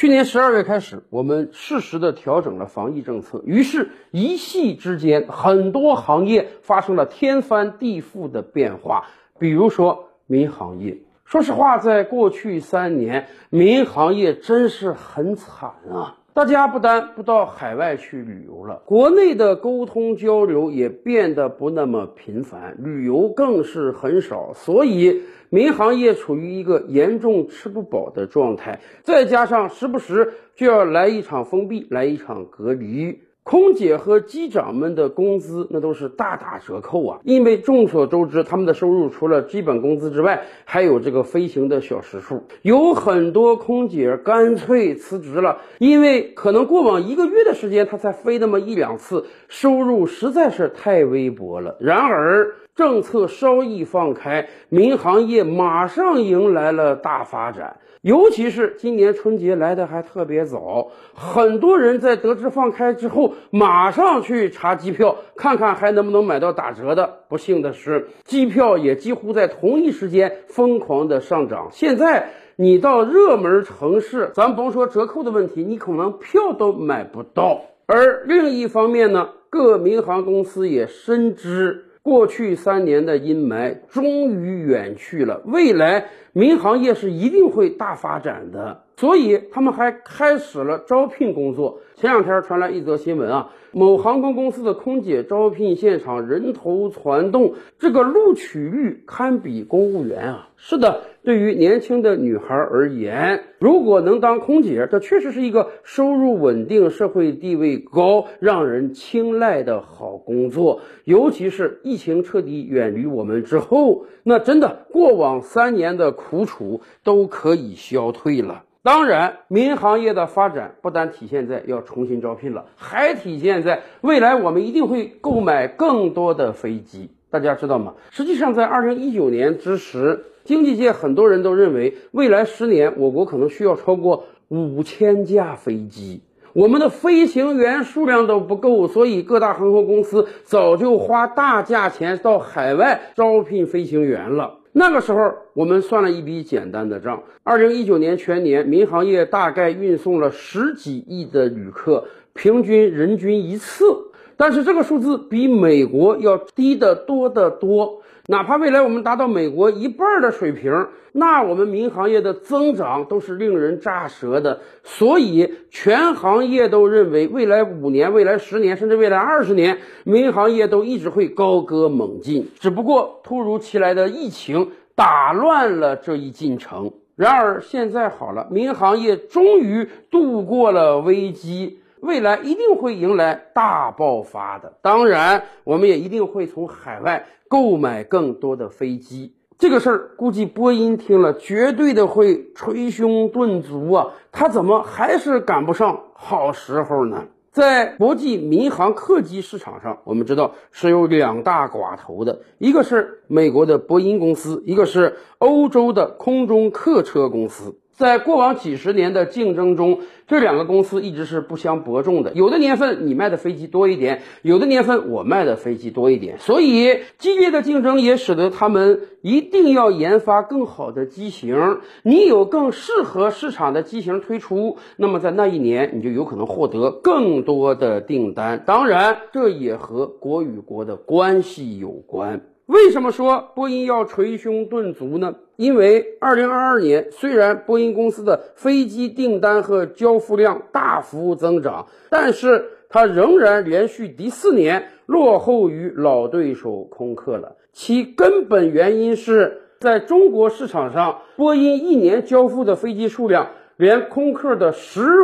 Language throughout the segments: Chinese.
去年12月开始，我们适时的调整了防疫政策，于是一夕之间，很多行业发生了天翻地覆的变化。比如说民航业，说实话，在过去3年，民航业真是很惨啊。大家不但不到海外去旅游了，国内的沟通交流也变得不那么频繁，旅游更是很少，所以民航业处于一个严重吃不饱的状态，再加上时不时就要来一场封闭，来一场隔离。空姐和机长们的工资那都是大打折扣啊，因为众所周知，他们的收入除了基本工资之外，还有这个飞行的小时数。有很多空姐干脆辞职了，因为可能过往1个月的时间，她才飞那么1、2次，收入实在是太微薄了。然而政策稍一放开，民航业马上迎来了大发展。尤其是今年春节来的还特别早，很多人在得知放开之后，马上去查机票，看看还能不能买到打折的。不幸的是，机票也几乎在同一时间疯狂的上涨。现在你到热门城市，咱甭说折扣的问题，你可能票都买不到。而另一方面呢，各民航公司也深知过去3年的阴霾终于远去了，未来民航业是一定会大发展的，所以他们还开始了招聘工作。前2天传来一则新闻啊，某航空公司的空姐招聘现场人头攒动，这个录取率堪比公务员啊。是的，对于年轻的女孩而言，如果能当空姐，这确实是一个收入稳定、社会地位高、让人青睐的好工作。尤其是疫情彻底远离我们之后，那真的过往3年的苦楚都可以消退了。当然，民航业的发展不单体现在要重新招聘了，还体现在未来我们一定会购买更多的飞机。大家知道吗？实际上在2019年之时，经济界很多人都认为未来10年我国可能需要超过5000架飞机，我们的飞行员数量都不够，所以各大航空公司早就花大价钱到海外招聘飞行员了。那个时候我们算了一笔简单的账，2019年全年民航业大概运送了10几亿的旅客，平均人均1次，但是这个数字比美国要低得多得多。哪怕未来我们达到美国1半的水平，那我们民航业的增长都是令人咋舌的。所以全行业都认为未来5年、未来10年，甚至未来20年，民航业都一直会高歌猛进。只不过突如其来的疫情打乱了这一进程。然而现在好了，民航业终于度过了危机，未来一定会迎来大爆发的。当然，我们也一定会从海外购买更多的飞机。这个事儿估计波音听了绝对的会捶胸顿足啊，他怎么还是赶不上好时候呢？在国际民航客机市场上，我们知道是有2大寡头的，一个是美国的波音公司，一个是欧洲的空中客车公司。在过往几十年的竞争中，这2个公司一直是不相伯仲的，有的年份你卖的飞机多一点，有的年份我卖的飞机多一点，所以激烈的竞争也使得他们一定要研发更好的机型。你有更适合市场的机型推出，那么在那一年你就有可能获得更多的订单。当然，这也和国与国的关系有关。为什么说波音要捶胸顿足呢？因为2022年虽然波音公司的飞机订单和交付量大幅增长，但是它仍然连续第4年落后于老对手空客了。其根本原因是在中国市场上，波音1年交付的飞机数量连空客的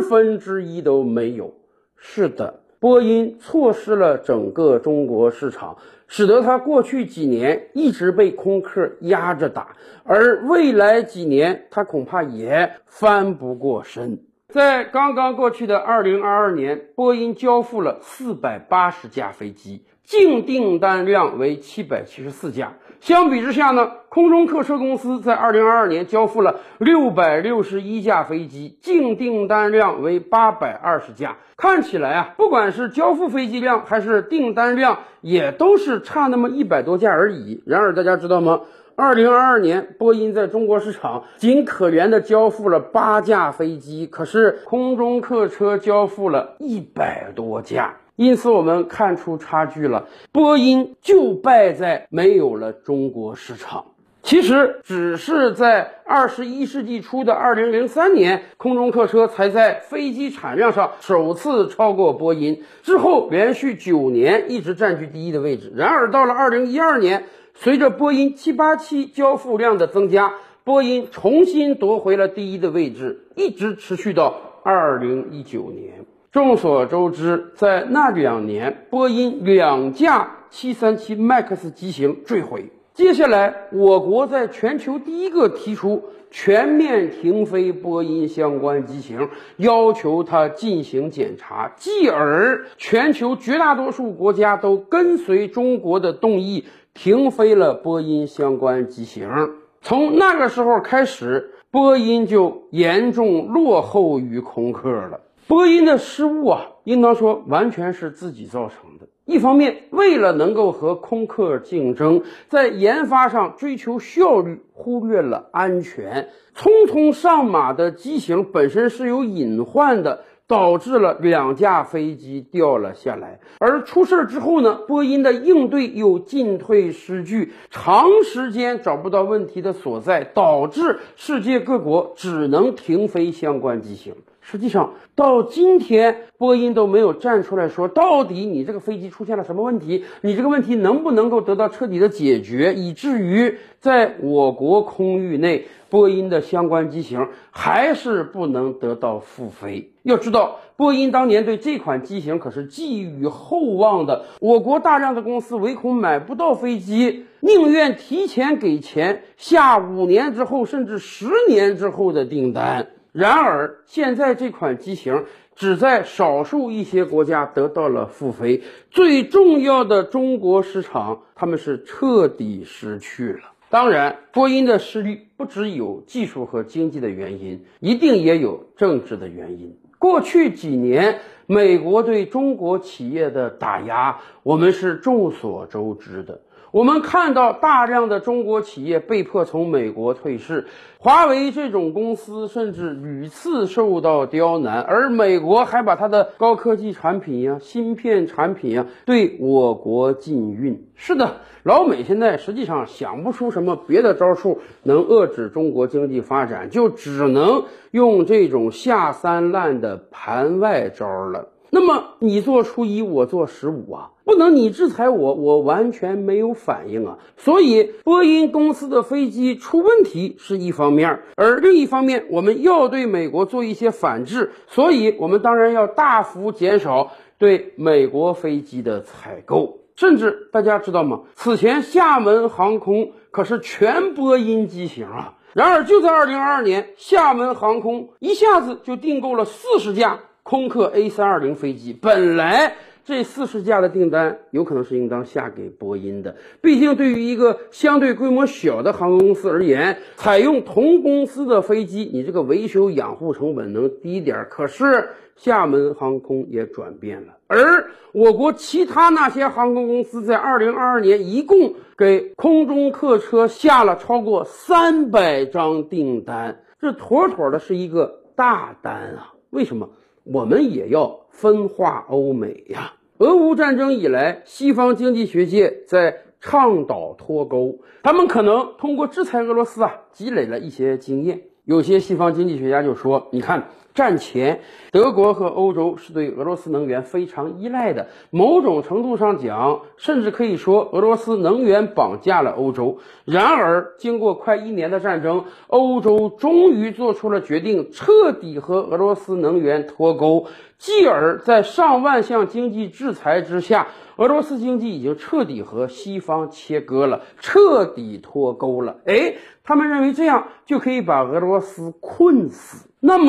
1/10都没有。是的，波音错失了整个中国市场，使得它过去几年一直被空客压着打，而未来几年它恐怕也翻不过身。在刚刚过去的2022年，波音交付了480架飞机，净订单量为774架， 相比之下呢，空中客车公司在2022年交付了661架飞机，净订单量为820架。看起来啊，不管是交付飞机量还是订单量，也都是差那么100多架而已。然而大家知道吗？2022年，波音在中国市场仅可怜的交付了8架飞机，可是空中客车交付了100多架。因此我们看出差距了，波音就败在没有了中国市场。其实只是在21世纪初的2003年，空中客车才在飞机产量上首次超过波音，之后连续9年一直占据第一的位置。然而到了2012年，随着波音787交付量的增加，波音重新夺回了第一的位置，一直持续到2019年。众所周知，在那2年，波音2架737 MAX 机型坠毁。接下来，我国在全球第一个提出全面停飞波音相关机型，要求它进行检查，继而全球绝大多数国家都跟随中国的动议，停飞了波音相关机型。从那个时候开始，波音就严重落后于空客了。波音的失误啊，应当说完全是自己造成的。一方面，为了能够和空客竞争，在研发上追求效率，忽略了安全。匆匆上马的机型本身是有隐患的，导致了2架飞机掉了下来。而出事之后呢，波音的应对又进退失据，长时间找不到问题的所在，导致世界各国只能停飞相关机型。实际上到今天，波音都没有站出来说到底你这个飞机出现了什么问题，你这个问题能不能够得到彻底的解决，以至于在我国空域内，波音的相关机型还是不能得到复飞。要知道，波音当年对这款机型可是寄予厚望的，我国大量的公司唯恐买不到飞机，宁愿提前给钱，下5年之后甚至10年之后的订单。然而现在这款机型只在少数一些国家得到了复飞，最重要的中国市场他们是彻底失去了。当然，波音的失利不只有技术和经济的原因，一定也有政治的原因。过去几年，美国对中国企业的打压，我们是众所周知的。我们看到大量的中国企业被迫从美国退市，华为这种公司甚至屡次受到刁难，而美国还把它的高科技产品呀、芯片产品呀对我国禁运。是的，老美现在实际上想不出什么别的招数能遏制中国经济发展，就只能用这种下三滥的盘外招了。那么你做初一，我做15啊，不能你制裁我，我完全没有反应啊。所以波音公司的飞机出问题是一方面，而另一方面我们要对美国做一些反制，所以我们当然要大幅减少对美国飞机的采购。甚至大家知道吗？此前厦门航空可是全波音机型啊。然而就在2022年，厦门航空一下子就订购了40架空客 A320 飞机，本来这40架的订单有可能是应当下给波音的，毕竟对于一个相对规模小的航空公司而言，采用同公司的飞机，你这个维修养护成本能低点。可是厦门航空也转变了，而我国其他那些航空公司在2022年一共给空中客车下了超过300张订单，这妥妥的是一个大单啊！为什么？我们也要分化欧美呀。俄乌战争以来，西方经济学界在倡导脱钩，他们可能通过制裁俄罗斯积累了一些经验。有些西方经济学家就说，你看战前德国和欧洲是对俄罗斯能源非常依赖的，某种程度上讲，甚至可以说俄罗斯能源绑架了欧洲。然而经过快1年的战争，欧洲终于做出了决定，彻底和俄罗斯能源脱钩，继而在上万项经济制裁之下，俄罗斯经济已经彻底和西方切割了，彻底脱钩了。他们认为这样就可以把俄罗斯困死。那么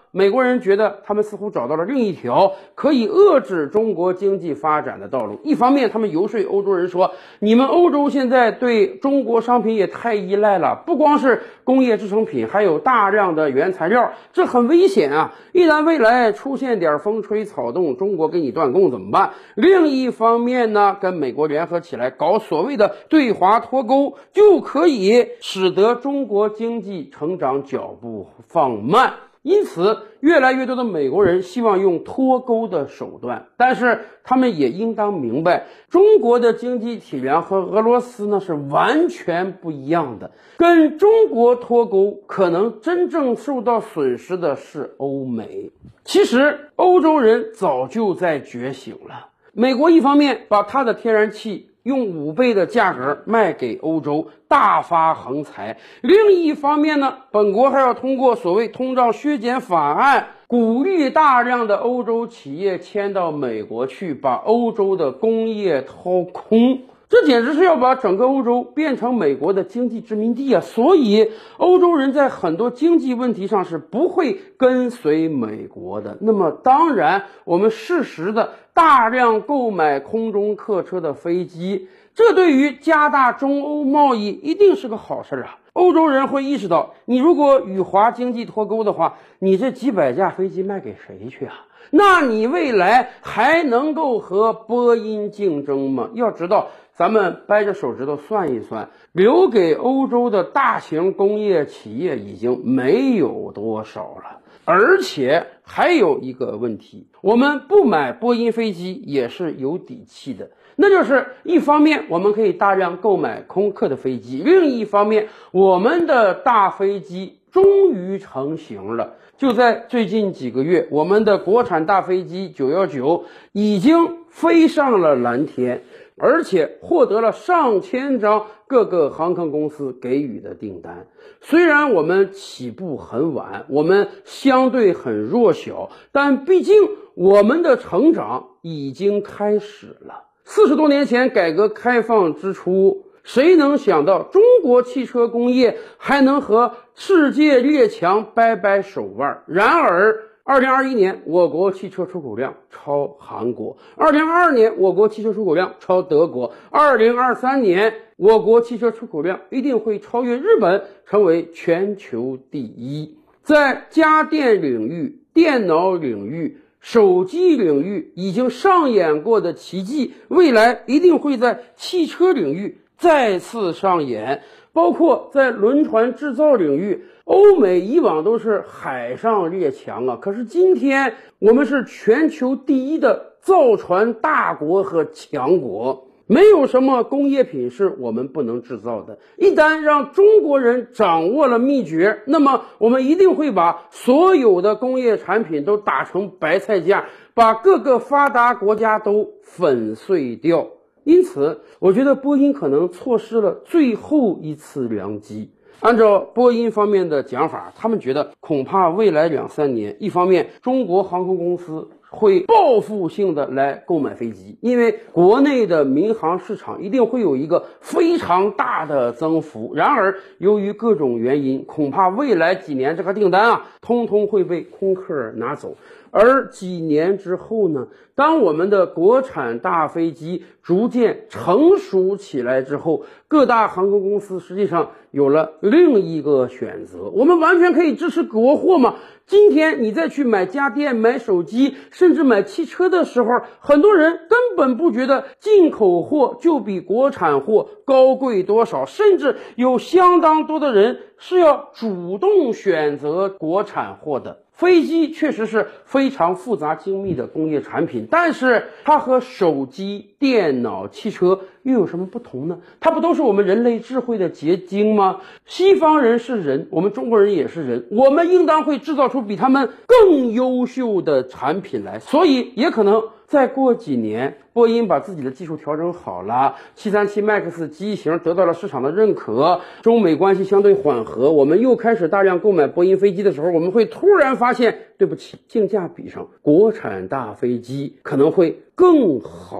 美国人觉得他们似乎找到了另一条可以遏制中国经济发展的道路。一方面，他们游说欧洲人说，你们欧洲现在对中国商品也太依赖了，不光是工业制成品，还有大量的原材料，这很危险啊！一旦未来出现点风吹草动，中国给你断供怎么办？另一方面呢，跟美国联合起来搞所谓的对华脱钩，就可以使得中国经济成长脚步放慢。因此，越来越多的美国人希望用脱钩的手段，但是他们也应当明白，中国的经济体量和俄罗斯呢是完全不一样的。跟中国脱钩，可能真正受到损失的是欧美。其实，欧洲人早就在觉醒了。美国一方面把它的天然气用5倍的价格卖给欧洲，大发横财。另一方面呢，本国还要通过所谓通胀削减法案，鼓励大量的欧洲企业迁到美国去，把欧洲的工业掏空。这简直是要把整个欧洲变成美国的经济殖民地啊！所以欧洲人在很多经济问题上是不会跟随美国的。那么当然，我们适时的大量购买空中客车的飞机，这对于加大中欧贸易一定是个好事啊！欧洲人会意识到，你如果与华经济脱钩的话，你这几百架飞机卖给谁去啊？那你未来还能够和波音竞争吗？要知道，咱们掰着手指头算一算，留给欧洲的大型工业企业已经没有多少了。而且还有一个问题，我们不买波音飞机也是有底气的，那就是一方面我们可以大量购买空客的飞机，另一方面我们的大飞机终于成型了。就在最近几个月，我们的国产大飞机919已经飞上了蓝天，而且获得了上千张各个航空公司给予的订单。虽然我们起步很晚，我们相对很弱小，但毕竟我们的成长已经开始了。40多年前改革开放之初，谁能想到中国汽车工业还能和世界列强掰掰手腕？然而2021年我国汽车出口量超韩国，2022年我国汽车出口量超德国，2023年我国汽车出口量一定会超越日本，成为全球第一。在家电领域、电脑领域、手机领域已经上演过的奇迹，未来一定会在汽车领域再次上演。包括在轮船制造领域，欧美以往都是海上列强啊，可是今天我们是全球第一的造船大国和强国。没有什么工业品是我们不能制造的，一旦让中国人掌握了秘诀，那么我们一定会把所有的工业产品都打成白菜价，把各个发达国家都粉碎掉。因此，我觉得波音可能错失了最后一次良机。按照波音方面的讲法，他们觉得恐怕未来2-3年，一方面中国航空公司会报复性的来购买飞机，因为国内的民航市场一定会有一个非常大的增幅。然而由于各种原因，恐怕未来几年这个订单通通会被空客拿走。而几年之后呢，当我们的国产大飞机逐渐成熟起来之后，各大航空公司实际上有了另一个选择。我们完全可以支持国货嘛。今天你再去买家电、买手机，甚至买汽车的时候，很多人根本不觉得进口货就比国产货高贵多少，甚至有相当多的人是要主动选择国产货的。飞机确实是非常复杂精密的工业产品，但是它和手机、电脑、汽车又有什么不同呢？它不都是我们人类智慧的结晶吗？西方人是人，我们中国人也是人，我们应当会制造出比他们更优秀的产品来。所以也可能再过几年，波音把自己的技术调整好了，737 MAX 机型得到了市场的认可，中美关系相对缓和，我们又开始大量购买波音飞机的时候，我们会突然发现，对不起，性价比上国产大飞机可能会更好。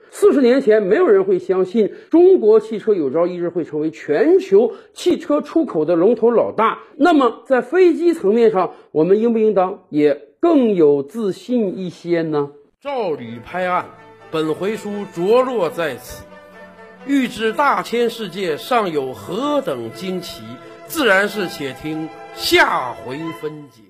40年前，没有人会相信中国汽车有朝一日会成为全球汽车出口的龙头老大。那么，在飞机层面上，我们应不应当也更有自信一些呢？ 照履拍案，本回书着落在此。欲知大千世界尚有何等惊奇，自然是且听下回分解。